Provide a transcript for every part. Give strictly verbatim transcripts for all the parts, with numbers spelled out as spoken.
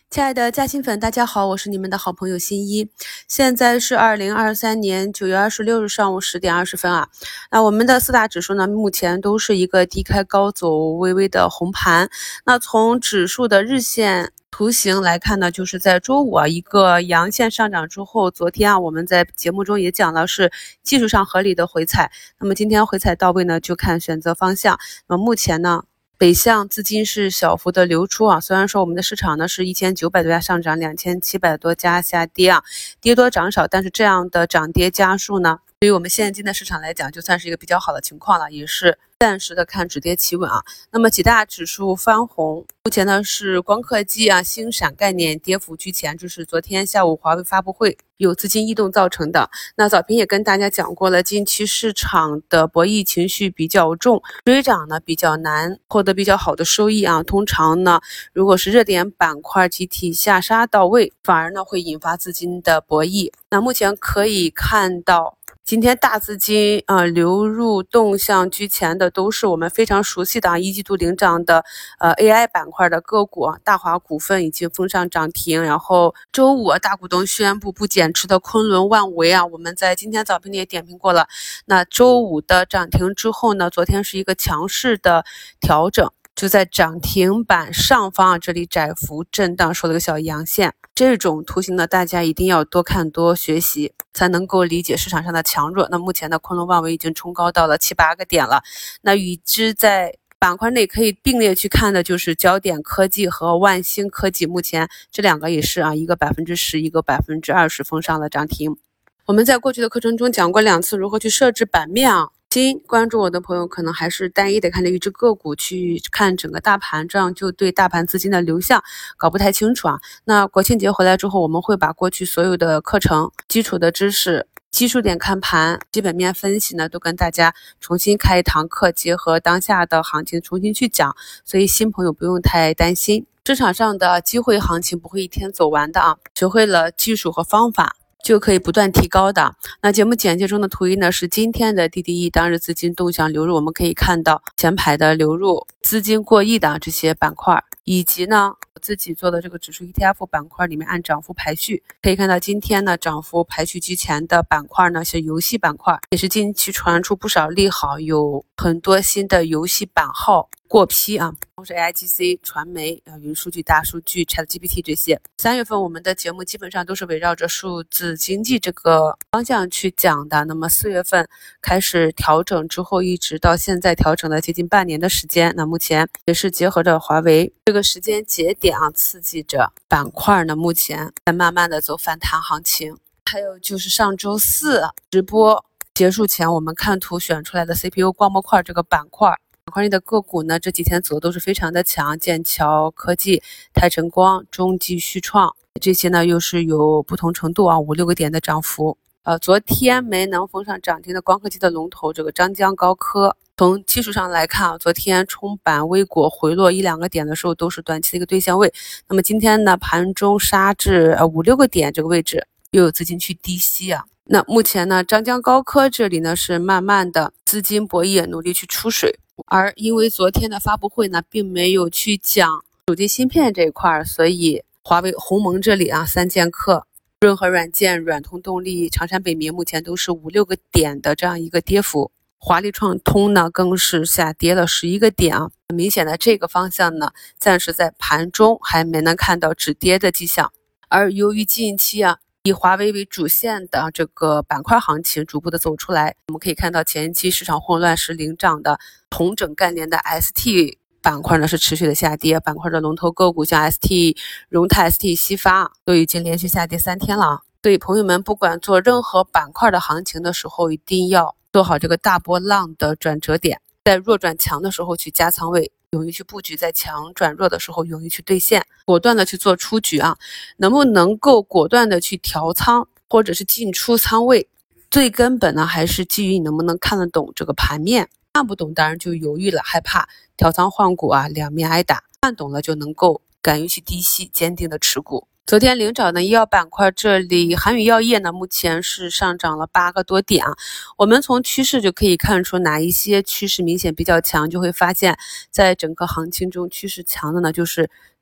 亲爱的嘉兴粉，大家好，我是你们的好朋友新一。现在是二零二三年九月二十六日上午十点二十分啊。那我们的四大指数呢，目前都是一个低开高走，微微的红盘。那从指数的日线图形来看呢，就是在周五啊一个阳线上涨之后，昨天啊我们在节目中也讲了是技术上合理的回踩。那么今天回踩到位呢，就看选择方向。那么目前呢，北向资金是小幅的流出啊，虽然说我们的市场呢是一千九百多家上涨，两千七百多家下跌啊，跌多涨少，但是这样的涨跌家数呢，对于我们现今的市场来讲，就算是一个比较好的情况了，也是暂时的看止跌企稳啊。那么几大指数翻红，目前呢是光刻机啊、星闪概念跌幅居前，这是昨天下午华为发布会有资金异动造成的。那早评也跟大家讲过了，近期市场的博弈情绪比较重，追涨呢比较难获得比较好的收益啊。通常呢，如果是热点板块集体下杀到位，反而呢会引发资金的博弈。那目前可以看到，今天大资金啊、呃、流入动向居前的都是我们非常熟悉的啊一季度领涨的呃 A I 板块的个股啊，大华股份已经封上涨停，然后周五啊大股东宣布不减持的昆仑万维啊，我们在今天早评里也点评过了。那周五的涨停之后呢，昨天是一个强势的调整，就在涨停板上方啊，这里窄幅震荡收了个小阳线。这种图形呢，大家一定要多看多学习，才能够理解市场上的强弱。那目前的昆仑万维已经冲高到了七八个点了。那与之在板块内可以并列去看的就是焦点科技和万兴科技，目前这两个也是啊，一个百分之十，一个百分之二十封上了涨停。我们在过去的课程中讲过两次如何去设置版面啊。新关注我的朋友可能还是单一的看着一只个股去看整个大盘，这样就对大盘资金的流向搞不太清楚啊。那国庆节回来之后，我们会把过去所有的课程、基础的知识、基数点看盘、基本面分析呢，都跟大家重新开一堂课，结合当下的行情重新去讲，所以新朋友不用太担心，市场上的机会行情不会一天走完的啊。学会了技术和方法，就可以不断提高的。那节目简介中的图一呢，是今天的 D D E 当日资金动向流入，我们可以看到前排的流入资金过亿的这些板块，以及呢我自己做的这个指数 E T F 板块里面按涨幅排序，可以看到今天呢涨幅排序居前的板块呢是游戏板块，也是近期传出不少利好，有很多新的游戏版号过批啊，同时 A I G C、传媒、呃云数据、大数据、ChatGPT 这些。三月份我们的节目基本上都是围绕着数字经济这个方向去讲的。那么四月份开始调整之后，一直到现在调整了接近半年的时间。那目前也是结合着华为这个时间节点啊，刺激着板块呢，目前在慢慢的走反弹行情。还有就是上周四直播结束前，我们看图选出来的 C P U 光模块这个板块。板块内的个股呢，这几天走的都是非常的强，剑桥科技、泰晨光、中继旭创这些呢，又是有不同程度啊，五六个点的涨幅。呃，昨天没能封上涨停的光刻机的龙头这个张江高科，从技术上来看啊，昨天冲板微果回落一两个点的时候，都是短期的一个兑现位。那么今天呢，盘中杀至呃五六个点这个位置，又有资金去低吸啊。那目前呢，张江高科这里呢是慢慢的资金博弈，努力去出水。而因为昨天的发布会呢，并没有去讲手机芯片这一块，所以华为鸿蒙这里啊，三剑客、润和软件、软通动力、长山北明目前都是五六个点的这样一个跌幅。华丽创通呢更是下跌了十一个点啊，明显的这个方向呢，暂时在盘中还没能看到止跌的迹象。而由于近期啊，以华为为主线的这个板块行情逐步的走出来，我们可以看到前期市场混乱时领涨的同整概念的 S T 板块呢是持续的下跌，板块的龙头个股像 S T 荣泰、S T 西发都已经连续下跌三天了。所以朋友们不管做任何板块的行情的时候，一定要做好这个大波浪的转折点，在弱转强的时候去加仓位，勇于去布局，在强转弱的时候勇于去兑现，果断的去做出局啊。能不能够果断的去调仓或者是进出仓位，最根本呢还是基于你能不能看得懂这个盘面，看不懂当然就犹豫了，害怕调仓换股啊，两面挨打。看懂了就能够敢于去低吸，坚定的持股。昨天领涨的医药板块，这里韩宇药业呢目前是上涨了八个多点啊。我们从趋势就可以看出哪一些趋势明显比较强，就会发现在整个行情中趋势强的呢就是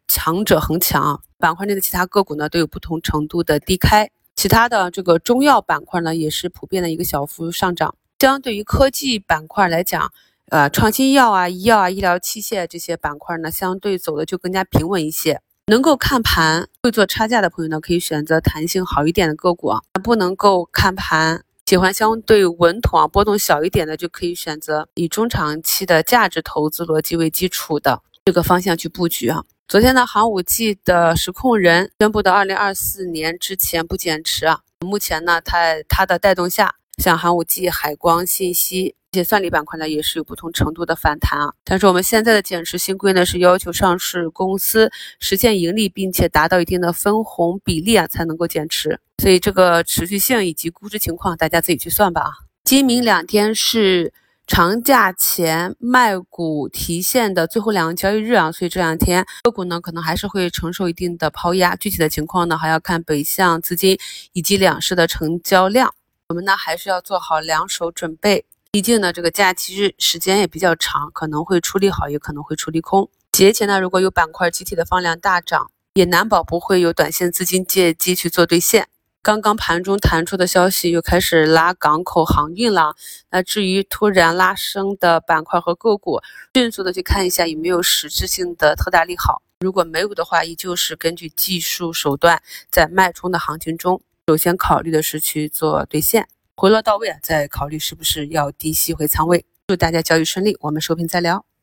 强者恒强，板块内的其他个股呢都有不同程度的低开。其他的这个中药板块呢也是普遍的一个小幅上涨。相对于科技板块来讲，呃，创新药啊、医药啊、医疗器械这些板块呢，相对走的就更加平稳一些。能够看盘、会做差价的朋友呢，可以选择弹性好一点的个股啊；不能够看盘，喜欢相对稳妥啊、波动小一点的，就可以选择以中长期的价值投资逻辑为基础的这个方向去布局啊。昨天呢，航五 G 的实控人宣布到二零二四年之前不减持啊。目前呢，它它的带动下，像航五 G、海光信息这些算力板块呢，也是有不同程度的反弹啊。但是我们现在的减持新规呢，是要求上市公司实现盈利，并且达到一定的分红比例啊，才能够减持。所以这个持续性以及估值情况，大家自己去算吧啊。今明两天是长假前卖股提现的最后两个交易日啊，所以这两天个股呢可能还是会承受一定的抛压，具体的情况呢还要看北向资金以及两市的成交量。我们呢还是要做好两手准备，毕竟呢这个假期日时间也比较长，可能会出利好，也可能会出利空。节前呢如果有板块集体的放量大涨，也难保不会有短线资金借机去做兑现。刚刚盘中弹出的消息又开始拉港口航运了，那至于突然拉升的板块和个股，迅速的去看一下有没有实质性的特大利好，如果没有的话，依旧是根据技术手段在脉冲的行情中，首先考虑的是去做兑现，回落到位啊，再考虑是不是要低吸回仓位。祝大家交易顺利，我们收评再聊。